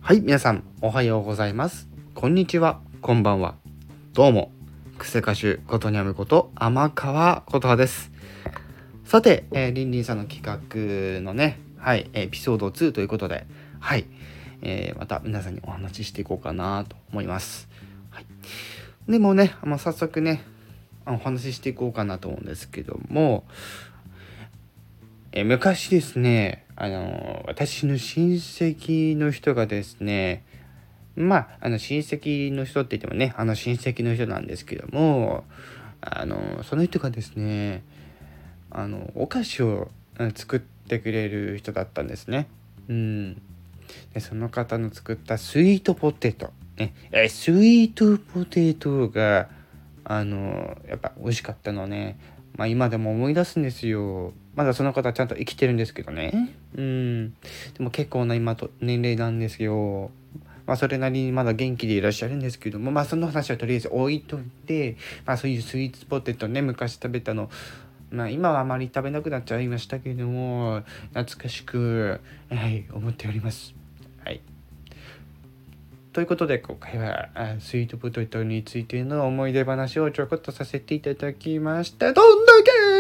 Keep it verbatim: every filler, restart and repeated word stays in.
はい、皆さんおはようございます。こんにちは、こんばんは。どうも、クセ歌手ことにゃむこと天川琴葉です。さて、えー、りんりんさんの企画のね、はい、エピソードツーということで、はい、えー、また皆さんにお話ししていこうかなと思います。はい、でもね、まあ、早速ね、お話ししていこうかなと思うんですけども、え昔ですね、あの私の親戚の人がですね、まあ、あの親戚の人って言ってもね、あの親戚の人なんですけども、あのその人がですね、あのお菓子を作ってくれる人だったんですね。うん。で、その方の作ったスイートポテト、ね、えスイートポテトがあのやっぱ美味しかったのね。まあ今でも思い出すんですよ。まだその方ちゃんと生きてるんですけどね。うん。でも結構な今と年齢なんですよ。まあそれなりにまだ元気でいらっしゃるんですけども、まあその話はとりあえず置いといて、まあそういうスイーツポテトね、昔食べたの、まあ今はあまり食べなくなっちゃいましたけども、懐かしく、はい、思っております。はい。ということで今回はスイートポテトについての思い出話をちょこっとさせていただきました。どんだけ